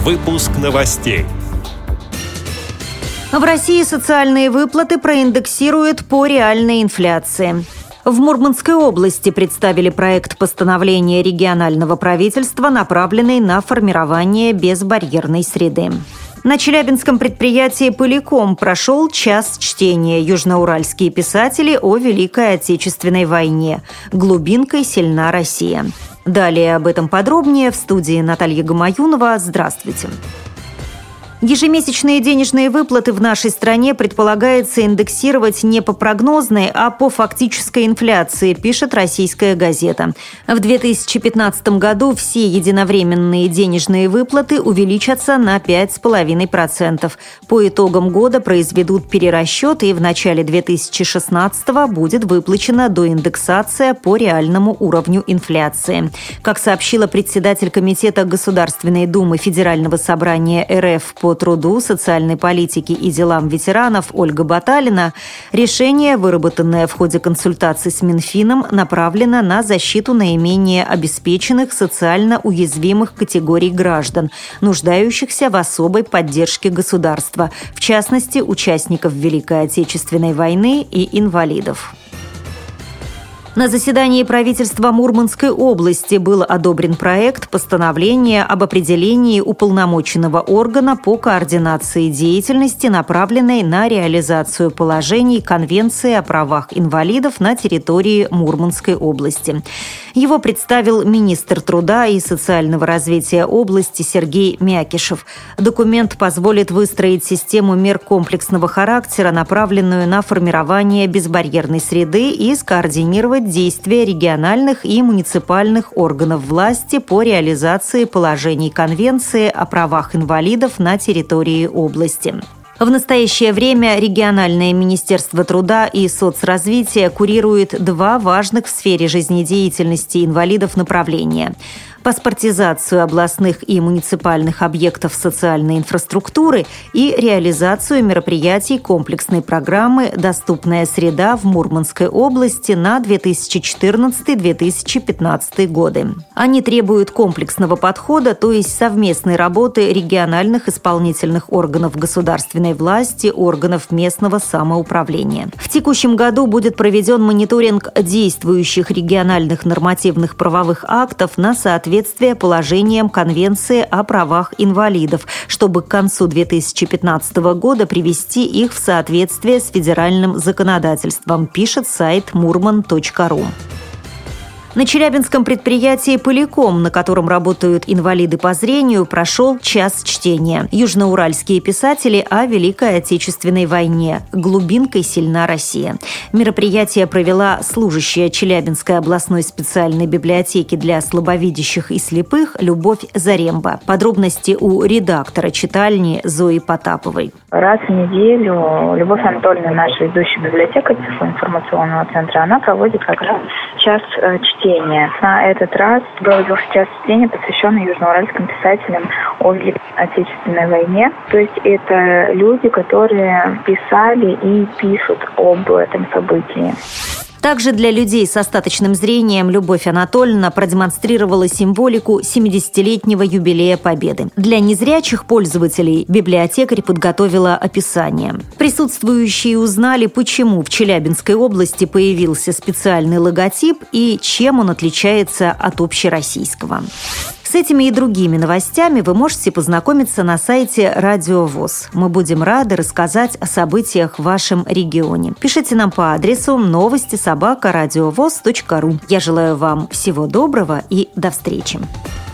Выпуск новостей. В России социальные выплаты проиндексируют по реальной инфляции. В Мурманской области представили проект постановления регионального правительства, направленный на формирование безбарьерной среды. На челябинском предприятии «Пыликом» прошел час чтения. Южноуральские писатели о Великой Отечественной войне. Глубинкой сильна Россия. Далее об этом подробнее в студии Наталья Гамаюнова. Здравствуйте. Ежемесячные денежные выплаты в нашей стране предполагается индексировать не по прогнозной, а по фактической инфляции, пишет «Российская газета». В 2015 году все единовременные денежные выплаты увеличатся на 5,5%. По итогам года произведут перерасчет, и в начале 2016 будет выплачена доиндексация по реальному уровню инфляции. Как сообщила председатель Комитета Государственной Думы Федерального собрания РФ по труду, социальной политике и делам ветеранов Ольга Баталина, решение, выработанное в ходе консультаций с Минфином, направлено на защиту наименее обеспеченных социально уязвимых категорий граждан, нуждающихся в особой поддержке государства, в частности, участников Великой Отечественной войны и инвалидов. На заседании правительства Мурманской области был одобрен проект постановления об определении уполномоченного органа по координации деятельности, направленной на реализацию положений Конвенции о правах инвалидов на территории Мурманской области. Его представил министр труда и социального развития области Сергей Мякишев. Документ позволит выстроить систему мер комплексного характера, направленную на формирование безбарьерной среды, и скоординировать действия региональных и муниципальных органов власти по реализации положений Конвенции о правах инвалидов на территории области. В настоящее время региональное министерство труда и соцразвития курирует два важных в сфере жизнедеятельности инвалидов направления – паспортизацию областных и муниципальных объектов социальной инфраструктуры и реализацию мероприятий комплексной программы «Доступная среда» в Мурманской области на 2014-2015 годы. Они требуют комплексного подхода, то есть совместной работы региональных исполнительных органов государственной власти, органов местного самоуправления. В текущем году будет проведен мониторинг действующих региональных нормативных правовых актов на соответствие положениям Конвенции о правах инвалидов, чтобы к концу 2015 года привести их в соответствие с федеральным законодательством, пишет сайт murman.ru. На челябинском предприятии «Пыликом», на котором работают инвалиды по зрению, прошел час чтения. Южноуральские писатели о Великой Отечественной войне. Глубинкой сильна Россия. Мероприятие провела служащая Челябинской областной специальной библиотеки для слабовидящих и слепых Любовь Заремба. Подробности у редактора читальни Зои Потаповой. Раз в неделю Любовь Анатольевна, наша ведущая библиотекарь информационного центра, она проводит как раз час чтения. На этот раз проводился час чтения, посвященный южноуральским писателям о Великой Отечественной войне. То есть это люди, которые писали и пишут об этом событии. Также для людей с остаточным зрением Любовь Анатольевна продемонстрировала символику 70-летнего юбилея Победы. Для незрячих пользователей библиотекарь подготовила описание. Присутствующие узнали, почему в Челябинской области появился специальный логотип и чем он отличается от общероссийского. С этими и другими новостями вы можете познакомиться на сайте Радио ВОС. Мы будем рады рассказать о событиях в вашем регионе. Пишите нам по адресу новости@радиовос.ру. Я желаю вам всего доброго и до встречи.